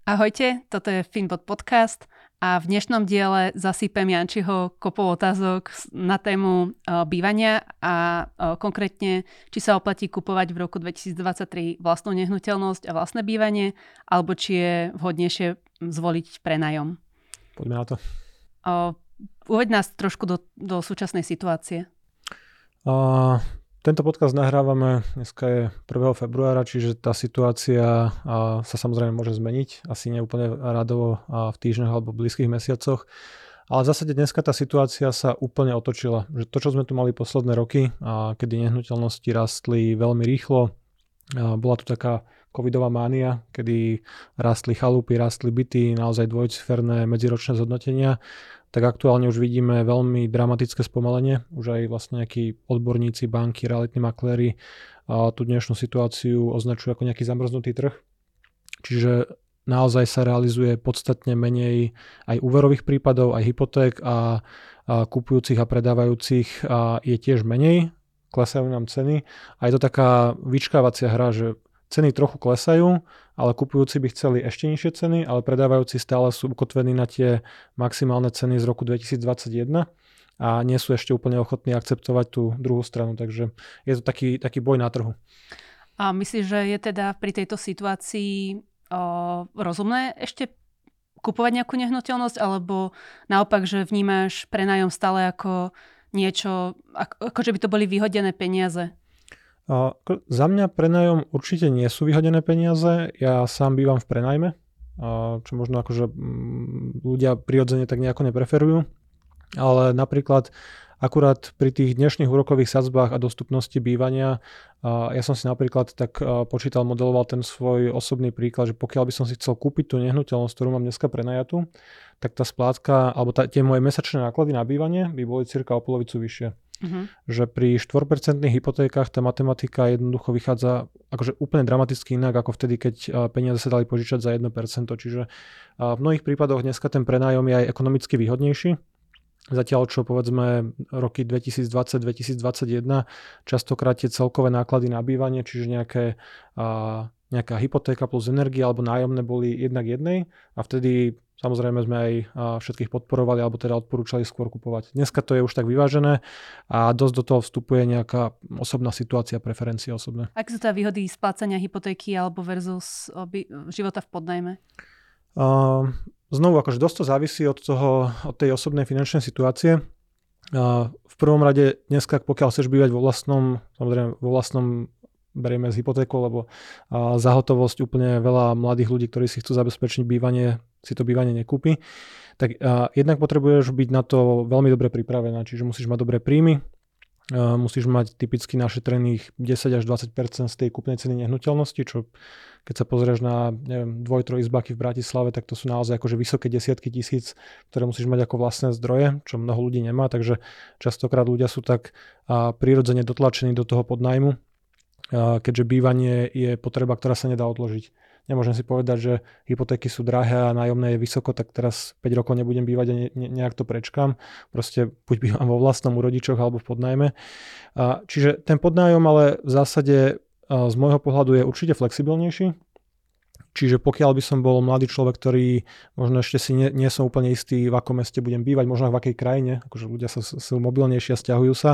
Ahojte, toto je Finbot podcast a v dnešnom diele zasypem Jančiho kopou otázok na tému bývania a konkrétne, či sa oplatí kupovať v roku 2023 vlastnú nehnuteľnosť a vlastné bývanie, alebo či je vhodnejšie zvoliť prenájom. Poďme na to. Uveď nás trošku do súčasnej situácie. Tento podcast nahrávame, dneska je 1. februára, čiže tá situácia sa samozrejme môže zmeniť, asi neúplne radovo v týždňoch alebo v blízkych mesiacoch, ale v zásade dneska tá situácia sa úplne otočila. Že to, čo sme tu mali posledné roky, kedy nehnuteľnosti rastli veľmi rýchlo, bola tu taká covidová mánia, kedy rastli chalúpy, rastli byty, naozaj dvojciferné medziročné zhodnotenia, tak aktuálne už vidíme veľmi dramatické spomalenie. Už aj vlastne nejakí odborníci, banky, realitní makléri tú dnešnú situáciu označujú ako nejaký zamrznutý trh. Čiže naozaj sa realizuje podstatne menej aj úverových prípadov, aj hypoték a kupujúcich a predávajúcich je tiež menej. Klesajú nám ceny a je to taká vyčkávacia hra, že ceny trochu klesajú, ale kupujúci by chceli ešte nižšie ceny, ale predávajúci stále sú ukotvení na tie maximálne ceny z roku 2021 a nie sú ešte úplne ochotní akceptovať tú druhú stranu, takže je to taký boj na trhu. A myslíš, že je teda pri tejto situácii rozumné ešte kupovať nejakú nehnuteľnosť, alebo naopak, že vnímaš prenájom stále ako niečo, ako že by to boli vyhodené peniaze? Za mňa prenájom určite nie sú vyhodené peniaze. Ja sám bývam v prenajme, čo možno akože ľudia prirodzene tak nejako nepreferujú. Ale napríklad akurát pri tých dnešných úrokových sadzbách a dostupnosti bývania, ja som si napríklad tak počítal, modeloval ten svoj osobný príklad, že pokiaľ by som si chcel kúpiť tú nehnuteľnosť, ktorú mám dneska prenajatú, tak tá splátka, alebo tie moje mesačné náklady na bývanie by boli cirka o polovicu vyššie. Že pri 4% hypotékach tá matematika jednoducho vychádza akože úplne dramaticky inak ako vtedy, keď peniaze sa dali požičať za 1%. Čiže v mnohých prípadoch dneska ten prenájom je aj ekonomicky výhodnejší. Zatiaľ čo povedzme roky 2020-2021 častokrát tie celkové náklady na bývanie, čiže nejaká hypotéka plus energia alebo nájomné boli jednak jednej a vtedy samozrejme sme aj všetkých podporovali alebo teda odporúčali skôr kupovať. Dneska to je už tak vyvážené a dosť do toho vstupuje nejaká osobná situácia, preferencie osobné. Aké sú teda výhody splácania hypotéky alebo versus života v podnajme? Znovu, akože dosť to závisí od tej osobnej finančnej situácie. V prvom rade dneska, pokiaľ chceš bývať vo vlastnom berieme z hypotéku, lebo za hotovosť úplne veľa mladých ľudí, ktorí si chcú zabezpečiť bývanie, si to bývanie nekúpi. Tak jednak potrebuješ byť na to veľmi dobre pripravená, čiže musíš mať dobré príjmy, musíš mať typicky našetrených 10 až 20% z tej kúpnej ceny nehnuteľnosti, čo keď sa pozrieš na 2-3 izbáky v Bratislave, tak to sú naozaj akože vysoké desiatky tisíc, ktoré musíš mať ako vlastné zdroje, čo mnoho ľudí nemá, takže častokrát ľudia sú tak prirodzene dotlačení do toho podnájmu, keďže bývanie je potreba, ktorá sa nedá odložiť. Nemôžem si povedať, že hypotéky sú drahé a nájomné je vysoko, tak teraz 5 rokov nebudem bývať a nejak to prečkám. Proste buď bývam vo vlastnom u rodičoch alebo v podnájme. Čiže ten podnájom ale v zásade z môjho pohľadu je určite flexibilnejší. Čiže pokiaľ by som bol mladý človek, ktorý možno ešte si nie som úplne istý, v akom meste budem bývať, možno v akej krajine, akože ľudia sú mobilnejší a stiahujú sa,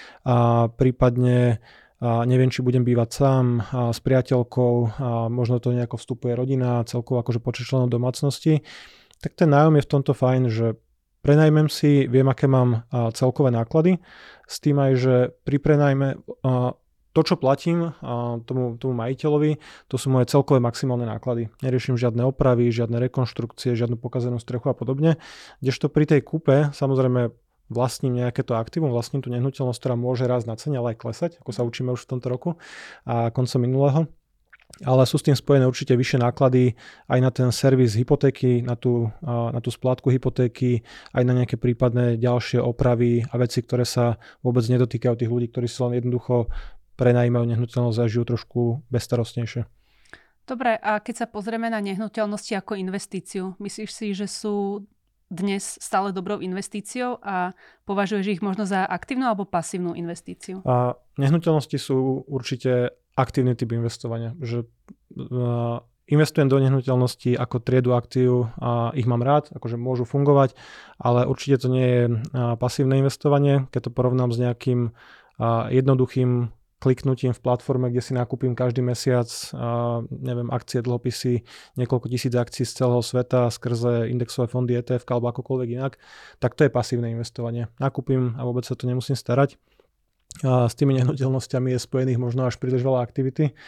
a prípadne neviem, či budem bývať sám s priateľkou, možno to nejako vstupuje rodina, celkovo akože počet členov domácnosti, tak ten nájom je v tomto fajn, že prenajmem si, viem, aké mám celkové náklady, s tým aj, že pri prenajme to, čo platím tomu majiteľovi, to sú moje celkové maximálne náklady. Neriešim žiadne opravy, žiadne rekonštrukcie, žiadnu pokazenú strechu a podobne. Kdežto pri tej kúpe, samozrejme, vlastním nejaké to aktívum, vlastním tú nehnuteľnosť, ktorá môže rásť na cene, ale aj klesať, ako sa učíme už v tomto roku a koncom minulého. Ale sú s tým spojené určite vyššie náklady aj na ten servis hypotéky, na tú splátku hypotéky, aj na nejaké prípadné ďalšie opravy a veci, ktoré sa vôbec nedotýkajú tých ľudí, ktorí si len jednoducho prenajímajú nehnuteľnosť a žijú trošku bezstarostnejšie. Dobre, a keď sa pozrieme na nehnuteľnosti ako investíciu, myslíš si, že sú dnes stále dobrou investíciou a považuješ ich možno za aktívnu alebo pasívnu investíciu? Nehnuteľnosti sú určite aktívny typ investovania. Že investujem do nehnuteľností ako triedu aktív a ich mám rád, akože môžu fungovať, ale určite to nie je pasívne investovanie, keď to porovnám s nejakým jednoduchým kliknutím v platforme, kde si nakúpim každý mesiac, neviem, akcie, dlhopisy, niekoľko tisíc akcií z celého sveta skrze indexové fondy ETF alebo akokoľvek inak, tak to je pasívne investovanie. Nakúpim a vôbec sa to nemusím starať. S tými nehnuteľnosťami je spojených možno až príliš veľa aktivity.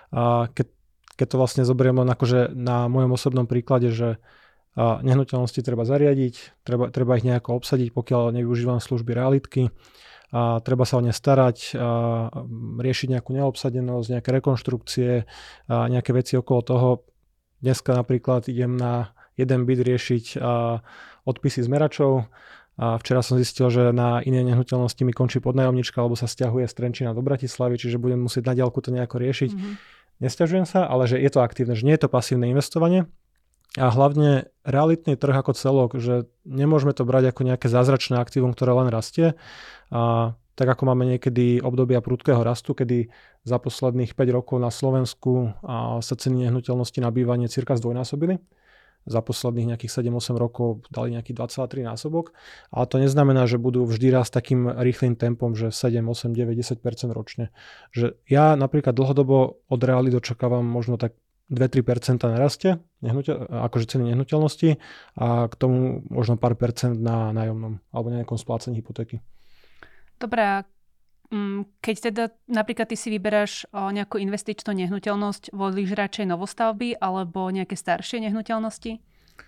Keď to vlastne zoberiem len akože na mojom osobnom príklade, že nehnuteľnosti treba zariadiť, treba ich nejako obsadiť, pokiaľ nevyužívam služby realitky, a treba sa o ne starať, riešiť nejakú neobsadenosť, nejaké rekonštrukcie, nejaké veci okolo toho. Dneska napríklad idem na jeden byt riešiť odpisy z meračov. A včera som zistil, že na inej nehnuteľnosti mi končí podnájomnička, alebo sa sťahuje z Trenčína do Bratislavy, čiže budem musieť na diaľku to nejako riešiť. Nesťažujem sa, ale že je to aktívne, že nie je to pasívne investovanie. A hlavne realitný trh ako celok, že nemôžeme to brať ako nejaké zázračné aktívum, ktoré len rastie. A tak ako máme niekedy obdobia prudkého rastu, kedy za posledných 5 rokov na Slovensku sa ceny nehnuteľnosti na bývanie cirka zdvojnásobili. Za posledných nejakých 7-8 rokov dali nejaký 2,3 násobok. Ale to neznamená, že budú vždy rásť takým rýchlým tempom, že 7, 8, 9, 10% ročne. Že ja napríklad dlhodobo od reality očakávam možno tak 2-3% narastie, akože ceny nehnuteľnosti a k tomu možno pár percent na nájomnom alebo nejakom splácení hypotéky. Dobrá, keď teda napríklad ty si vyberáš nejakú investičnú nehnuteľnosť, volíš radšej novostavby alebo nejaké staršie nehnuteľnosti?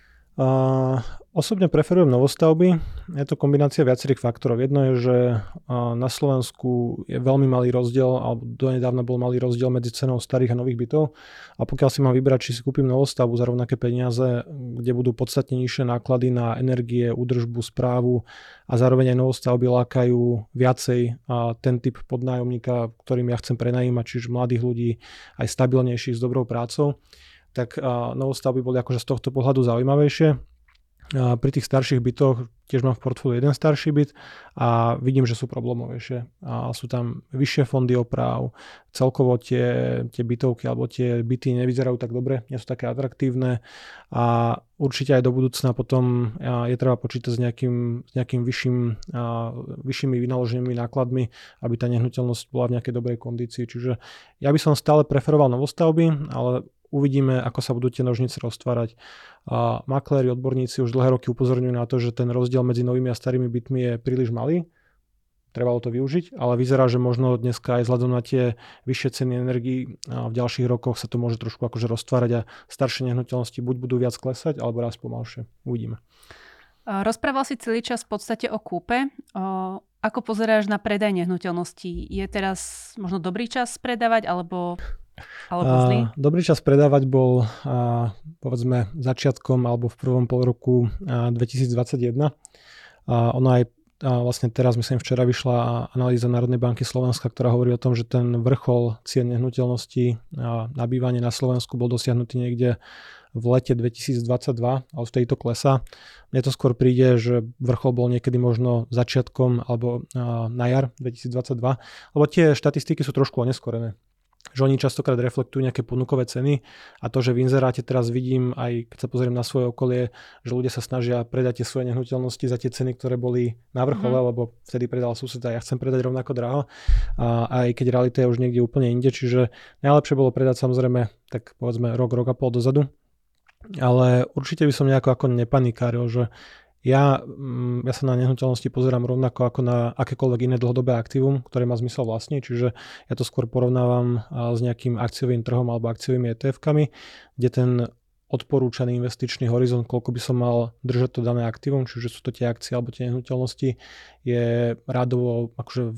Osobne preferujem novostavby. Je to kombinácia viacerých faktorov. Jedno je, že na Slovensku je veľmi malý rozdiel, alebo donedávna bol malý rozdiel medzi cenou starých a nových bytov. A pokiaľ si mám vybrať, či si kúpim novostavbu za rovnaké peniaze, kde budú podstatne nižšie náklady na energie, údržbu, správu a zároveň aj novostavby lákajú viacej ten typ podnájomníka, ktorým ja chcem prenajímať, čiže mladých ľudí, aj stabilnejších s dobrou prácou, tak novostavby boli akože z tohto pohľadu zaujímavejšie. Pri tých starších bytoch tiež mám v portfóliu jeden starší byt a vidím, že sú problémovejšie. Sú tam vyššie fondy oprav, celkovo tie bytovky alebo tie byty nevyzerajú tak dobre, nie sú také atraktívne a určite aj do budúcna potom je treba počítať s nejakým vyššími vynaloženými nákladmi, aby tá nehnuteľnosť bola v nejakej dobrej kondícii. Čiže ja by som stále preferoval novostavby, ale uvidíme, ako sa budú tie nožnice roztvárať. Makléri, odborníci už dlhé roky upozorňujú na to, že ten rozdiel medzi novými a starými bytmi je príliš malý. Trebalo to využiť, ale vyzerá, že možno dneska aj vzhľadom na tie vyššie ceny energií v ďalších rokoch sa to môže trošku akože roztvárať a staršie nehnuteľnosti buď budú viac klesať, alebo raz pomalšie. Uvidíme. Rozprával si celý čas v podstate o kúpe. Ako pozeráš na predaj nehnuteľností? Je teraz možno dobrý čas predávať, alebo zlý? Dobrý čas predávať bol povedzme začiatkom alebo v prvom pol roku 2021. Ono aj vlastne teraz, myslím, včera vyšla analýza Národnej banky Slovenska, ktorá hovorí o tom, že ten vrchol cien nehnuteľností na bývanie na Slovensku bol dosiahnutý niekde v lete 2022, ale v tejto klesa. Mne to skôr príde, že vrchol bol niekedy možno začiatkom alebo na jar 2022, lebo tie štatistiky sú trošku oneskorené. Že oni častokrát reflektujú nejaké ponukové ceny a to, že v inzeráte teraz vidím, aj keď sa pozriem na svoje okolie, že ľudia sa snažia predať tie svoje nehnuteľnosti za tie ceny, ktoré boli na vrchole, lebo vtedy predal sused a ja chcem predať rovnako draho. A aj keď realita je už niekde úplne inde, čiže najlepšie bolo predať samozrejme tak povedzme rok a pol dozadu. Ale určite by som nejako ako nepanikáril, že ja sa na nehnuteľnosti pozerám rovnako ako na akékoľvek iné dlhodobé aktívum, ktoré má zmysel vlastniť, čiže ja to skôr porovnávam s nejakým akciovým trhom alebo akciovými ETF-kami, kde ten odporúčaný investičný horizont, koľko by som mal držať to dané aktívum, čiže sú to tie akcie alebo tie nehnuteľnosti, je rádovo akože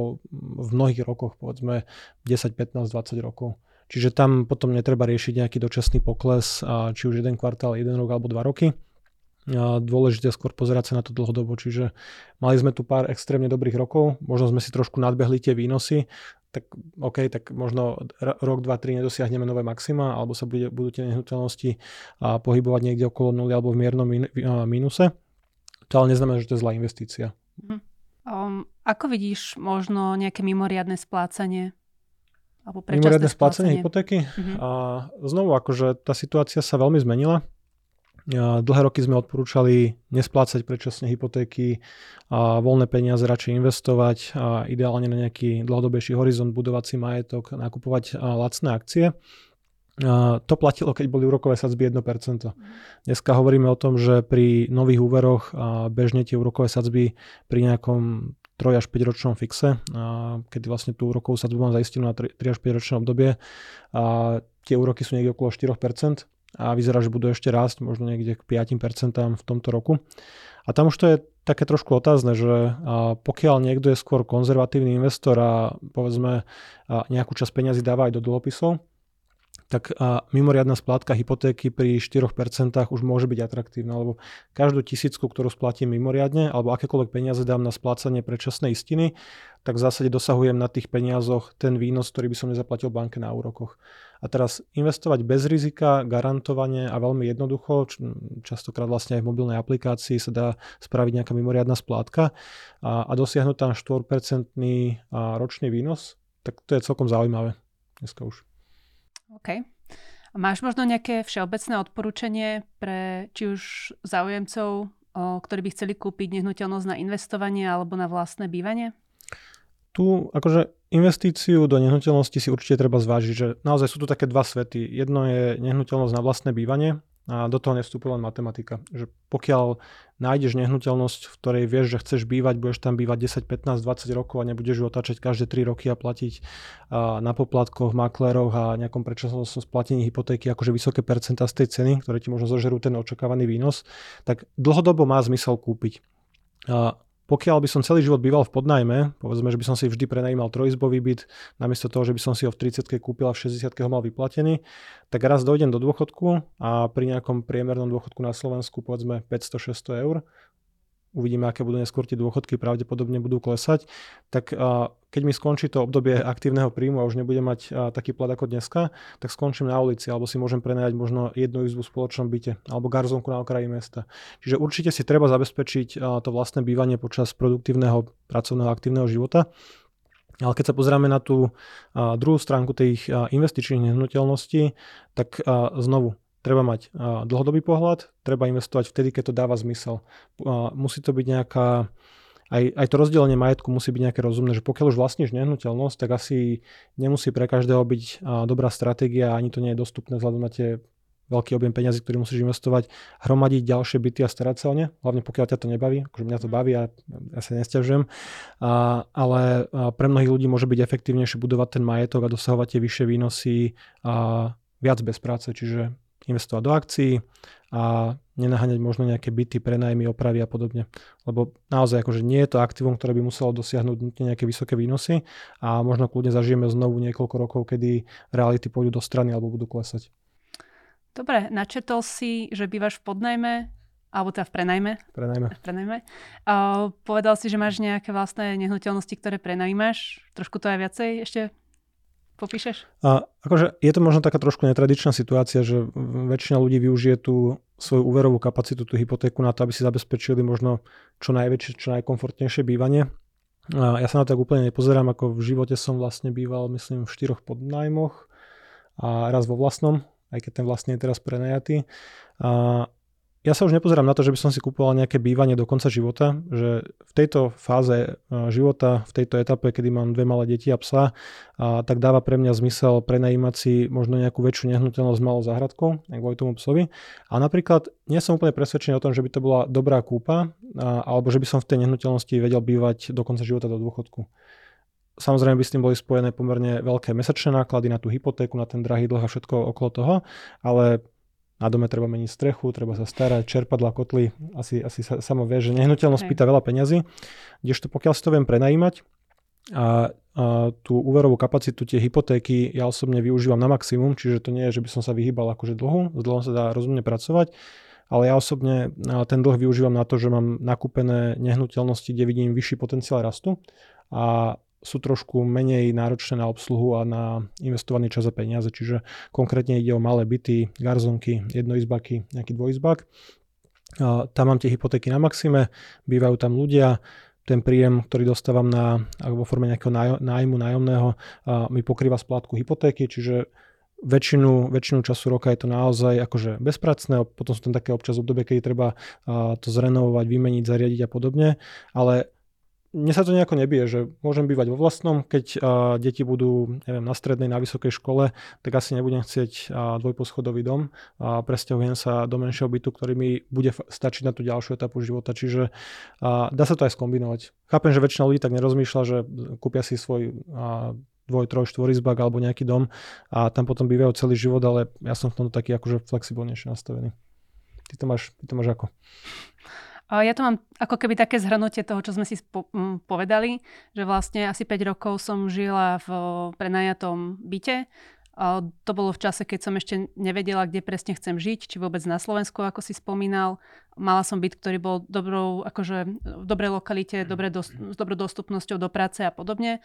v mnohých rokoch, povedzme 10, 15, 20 rokov. Čiže tam potom netreba riešiť nejaký dočasný pokles, či už jeden kvartál, jeden rok alebo 2 roky. Dôležité skôr pozerať sa na to dlhodobo, čiže mali sme tu pár extrémne dobrých rokov, možno sme si trošku nadbehli tie výnosy, tak OK, tak možno rok, 2, 3 nedosiahneme nové maxima, alebo sa budú tie nehnuteľnosti pohybovať niekde okolo 0 alebo v miernom mínuse. To ale neznamená, že to je zlá investícia. Ako vidíš možno nejaké mimoriadne splácanie? Alebo predčasné mimoriadne splácanie splácanie hypotéky. Mhm. A znovu, akože tá situácia sa veľmi zmenila. Dlhé roky sme odporúčali nesplácať predčasne hypotéky, voľné peniaze radšej investovať, ideálne na nejaký dlhodobejší horizont, budovať si majetok, nakupovať lacné akcie. To platilo, keď boli úrokové sadzby 1%. Dneska hovoríme o tom, že pri nových úveroch bežne tie úrokové sadzby pri nejakom 3 až 5 ročnom fixe, kedy vlastne tú úrokovú sadzbu mám zaistenú na 3 až 5 ročné obdobie, tie úroky sú niekde okolo 4%. A vyzerá, že budú ešte rásť možno niekde k 5% v tomto roku. A tam už to je také trošku otázne, že pokiaľ niekto je skôr konzervatívny investor a povedzme nejakú časť peňazí dáva aj do dlhopisov, tak mimoriadna splátka hypotéky pri 4% už môže byť atraktívna, lebo každú tisícku, ktorú splatím mimoriadne, alebo akékoľvek peniaze dám na splácanie predčasnej istiny, tak v zásade dosahujem na tých peniazoch ten výnos, ktorý by som nezaplatil banke na úrokoch. A teraz investovať bez rizika, garantovane a veľmi jednoducho, častokrát vlastne aj v mobilnej aplikácii sa dá spraviť nejaká mimoriadna splátka a dosiahnuť tam 4% ročný výnos, tak to je celkom zaujímavé dneska už. OK. A máš možno nejaké všeobecné odporúčanie pre či už záujemcov, ktorí by chceli kúpiť nehnuteľnosť na investovanie alebo na vlastné bývanie? Tu akože investíciu do nehnuteľnosti si určite treba zvážiť, že naozaj sú tu také dva svety. Jedno je nehnuteľnosť na vlastné bývanie a do toho nevstupuje len matematika. Že pokiaľ nájdeš nehnuteľnosť, v ktorej vieš, že chceš bývať, budeš tam bývať 10, 15, 20 rokov a nebudeš ju otáčať každé 3 roky a platiť na poplatkoch, makléroch a nejakom predčasnom splatení hypotéky akože vysoké percentá z tej ceny, ktoré ti možno zožerú ten očakávaný výnos, tak dlhodobo má zmysel kúpiť. Pokiaľ by som celý život býval v podnájme, povedzme, že by som si vždy prenajímal trojizbový byt, namiesto toho, že by som si ho v 30-ke kúpil a v 60-ke ho mal vyplatený, tak raz dojdem do dôchodku a pri nejakom priemernom dôchodku na Slovensku povedzme 500-600 eur, uvidíme, aké budú neskôr tie dôchodky, pravdepodobne budú klesať, tak keď mi skončí to obdobie aktívneho príjmu a už nebudem mať taký plat ako dneska, tak skončím na ulici alebo si môžem prenajať možno jednu izbu v spoločnom byte alebo garzónku na okraji mesta. Čiže určite si treba zabezpečiť to vlastné bývanie počas produktívneho pracovného aktívneho života. Ale keď sa pozrieme na tú druhú stránku tých investičných nehnuteľností, tak znovu treba mať dlhodobý pohľad, treba investovať vtedy, keď to dáva zmysel. Musí to byť nejaká, aj to rozdelenie majetku musí byť nejaké rozumné, že pokiaľ už vlastníš nehnuteľnosť, tak asi nemusí pre každého byť dobrá stratégia, ani to nie je dostupné vzhľadom na tie veľký objem peňazí, ktorý musíš investovať, hromadiť ďalšie byty a starať sa o ne, hlavne pokiaľ ťa to nebaví, akože mňa to baví a ja sa nesťažujem, ale pre mnohých ľudí môže byť efektívnejšie budovať ten majetok a dosahovať tie vyššie výnosy viac bez práce, čiže investovať do akcií a nenaháňať možno nejaké byty, prenajmy, opravy a podobne. Lebo naozaj akože nie je to aktívum, ktoré by muselo dosiahnuť nutne nejaké vysoké výnosy a možno kľudne zažijeme znovu niekoľko rokov, kedy reality pôjdu do strany alebo budú klesať. Dobre, načetol si, že bývaš v podnajme, alebo teda v prenajme. Prenajme. Povedal si, že máš nejaké vlastné nehnuteľnosti, ktoré prenajímaš. Trošku to aj viacej ešte popíšeš? Akože je to možno taká trošku netradičná situácia, že väčšina ľudí využije tú svoju úverovú kapacitu, tú hypotéku na to, aby si zabezpečili možno čo najväčšie, čo najkomfortnejšie bývanie. Ja sa na to tak úplne nepozerám, ako v živote som vlastne býval, myslím, v 4 podnájmoch a raz vo vlastnom, aj keď ten vlastný je teraz prenajatý. Ja sa už nepozerám na to, že by som si kúpoval nejaké bývanie do konca života, že v tejto fáze života, v tejto etape, kedy mám 2 malé deti a psa, tak dáva pre mňa zmysel prenajímať si možno nejakú väčšiu nehnuteľnosť s malou záhradkou, aj kvôli tomu psovi. A napríklad nie som úplne presvedčený o tom, že by to bola dobrá kúpa, alebo že by som v tej nehnuteľnosti vedel bývať do konca života do dôchodku. Samozrejme by s tým boli spojené pomerne veľké mesačné náklady na tú hypotéku, na ten drahý dlh a všetko okolo toho, ale na dome treba meniť strechu, treba sa starať, čerpadlá, kotly, asi sa samo vie, že nehnuteľnosť pýta veľa peňazí, kdežto pokiaľ si to viem prenajímať a tú úverovú kapacitu, tie hypotéky ja osobne využívam na maximum, čiže to nie je, že by som sa vyhýbal akože dlhu, s dlhom sa dá rozumne pracovať, ale ja osobne ten dlh využívam na to, že mám nakúpené nehnuteľnosti, kde vidím vyšší potenciál rastu a sú trošku menej náročné na obsluhu a na investovaný čas a peniaze. Čiže konkrétne ide o malé byty, garzonky, jednoizbaky, nejaký dvojizbak. Tam mám tie hypotéky na maxime, bývajú tam ľudia, ten príjem, ktorý dostávam vo forme nejakého nájomného, mi pokrýva splátku hypotéky, čiže väčšinu času roka je to naozaj akože bezpracné, potom sú tam také občas obdobie, keď treba to zrenovovať, vymeniť, zariadiť a podobne, ale mne sa to nejako nebije, že môžem bývať vo vlastnom, keď deti budú, neviem, na strednej, na vysokej škole, tak asi nebudem chcieť dvojposchodový dom a presťahujem sa do menšieho bytu, ktorý mi bude stačiť na tú ďalšiu etapu života, čiže dá sa to aj skombinovať. Chápem, že väčšina ľudí tak nerozmýšľa, že kúpia si svoj 2, 3, 4 izbák alebo nejaký dom a tam potom bývajú celý život, ale ja som v tomto taký akože flexibilnejšie nastavený. Ty to máš ako? Ja to mám ako keby také zhrnutie toho, čo sme si povedali, že vlastne asi 5 rokov som žila v prenajatom byte. To bolo v čase, keď som ešte nevedela, kde presne chcem žiť, či vôbec na Slovensku, ako si spomínal. Mala som byt, ktorý bol v dobrej lokalite, s dobrou dostupnosťou do práce a podobne.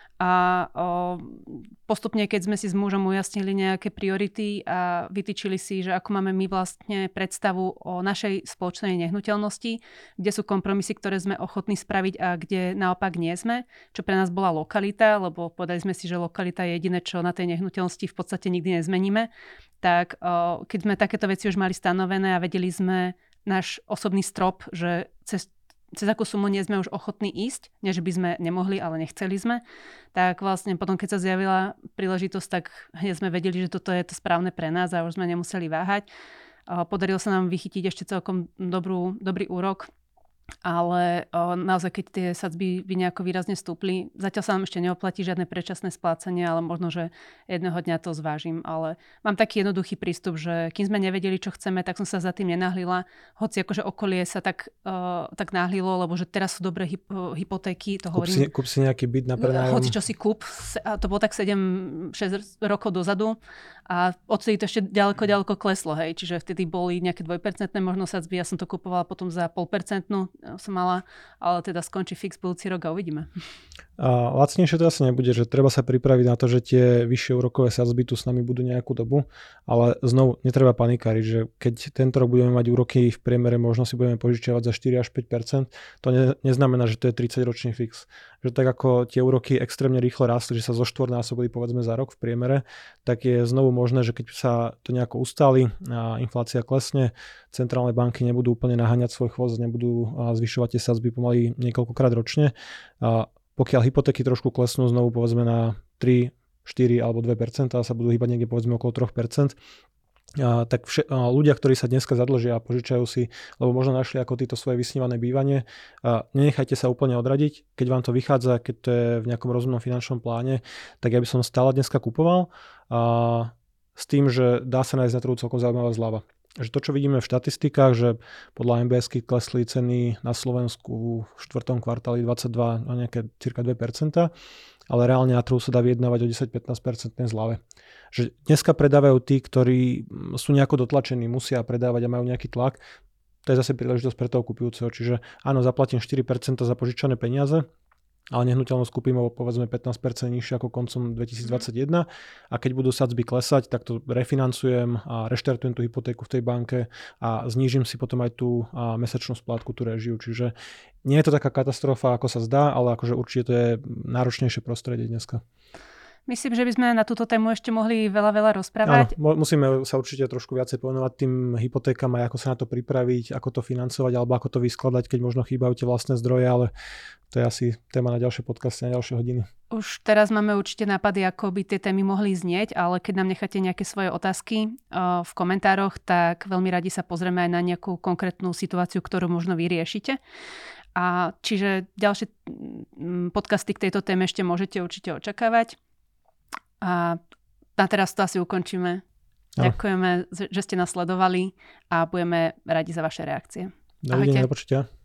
A postupne, keď sme si s mužom ujasnili nejaké priority a vytýčili si, že ako máme my vlastne predstavu o našej spoločnej nehnuteľnosti, kde sú kompromisy, ktoré sme ochotní spraviť a kde naopak nie sme, čo pre nás bola lokalita, lebo povedali sme si, že lokalita je jediné, čo na tej nehnuteľnosti v podstate nikdy nezmeníme, tak keď sme takéto veci už mali stanovené a vedeli sme náš osobný strop, že cez akú sumu nie sme už ochotní ísť, nie že by sme nemohli, ale nechceli sme, tak vlastne potom, keď sa zjavila príležitosť, tak hneď sme vedeli, že toto je to správne pre nás a už sme nemuseli váhať. Podarilo sa nám vychytiť ešte celkom dobrý úrok, ale naozaj, keď tie sadzby by nejako výrazne stúpli, zatiaľ sa nám ešte neoplatí žiadne predčasné splácanie, ale možno, že jedného dňa to zvážim. Ale mám taký jednoduchý prístup, že kým sme nevedeli, čo chceme, tak som sa za tým nenahlila. Hoci akože okolie sa tak nahlilo, lebo že teraz sú dobré hypotéky, to hovorím. Kúp si nejaký byt na prenájom. Hoci čo si kúp, to bolo tak 7-6 rokov dozadu a odtedy to ešte ďaleko kleslo, hej. Čiže vtedy boli nejaké 2% možno sadzby, ja som to kupovala potom za 0,5% som mala, ale teda skončí fix budúci rok a uvidíme. A lacnejšie to asi nebude, že treba sa pripraviť na to, že tie vyššie úrokové sadzby tu s nami budú nejakú dobu, ale znovu netreba panikáriť, že keď tento rok budeme mať úroky v priemere, možno si budeme požičiavať za 4 až 5%, to neznamená, že to je 30-ročný fix. Že tak ako tie úroky extrémne rýchlo rástli, že sa zo 4-násobili povedzme za rok v priemere, tak je znovu možné, že keď sa to nejako ustáli a inflácia klesne, centrálne banky nebudú úplne naháňať svoj chvost, nebudú zvyšovať tie sadzby pomaly niekoľkokrát ročne. Pokiaľ hypotéky trošku klesnú znovu povedzme na 3, 4 alebo 2% a sa budú hýbať niekde povedzme okolo 3%, tak ľudia, ktorí sa dneska zadlžia a požičajú si, lebo možno našli ako títo svoje vysnívané bývanie, nenechajte sa úplne odradiť, keď vám to vychádza, keď to je v nejakom rozumnom finančnom pláne, tak ja by som stále dneska kupoval s tým, že dá sa nájsť na trhu celkom zaujímavá zľava. Že to, čo vidíme v štatistikách, že podľa MBS-ky klesli ceny na Slovensku v 4. kvartáli 22 na nejaké cirka 2%, ale reálne na trhu sa dá vyjednávať o 10-15% zľave. Že dneska predávajú tí, ktorí sú nejako dotlačení, musia predávať a majú nejaký tlak. To je zase príležitosť pre toho kupujúceho. Čiže áno, zaplatím 4% za požičané peniaze, ale nehnuteľnosť kúpim o povedzme 15% nižšie ako koncom 2021 a keď budú sadzby klesať, tak to refinancujem a reštartujem tú hypotéku v tej banke a znížim si potom aj tú mesačnú splátku, tú réžiu. Čiže nie je to taká katastrofa, ako sa zdá, ale akože určite to je náročnejšie prostredie dneska. Myslím, že by sme na túto tému ešte mohli veľa rozprávať. Áno, musíme sa určite trošku viacej povenovať tým hypotékam a ako sa na to pripraviť, ako to financovať alebo ako to vyskladať, keď možno chýbajú tie vlastné zdroje, ale to je asi téma na ďalšie podcasty, na ďalšie hodiny. Už teraz máme určite nápady, ako by tie témy mohli znieť, ale keď nám necháte nejaké svoje otázky v komentároch, tak veľmi radi sa pozrieme aj na nejakú konkrétnu situáciu, ktorú možno vy riešite. A čiže ďalšie podcasty k tejto téme ešte môžete určite očakávať. A teraz to asi ukončíme. Ďakujeme, že ste nás sledovali a budeme radi za vaše reakcie. Dovidenia, do počutia.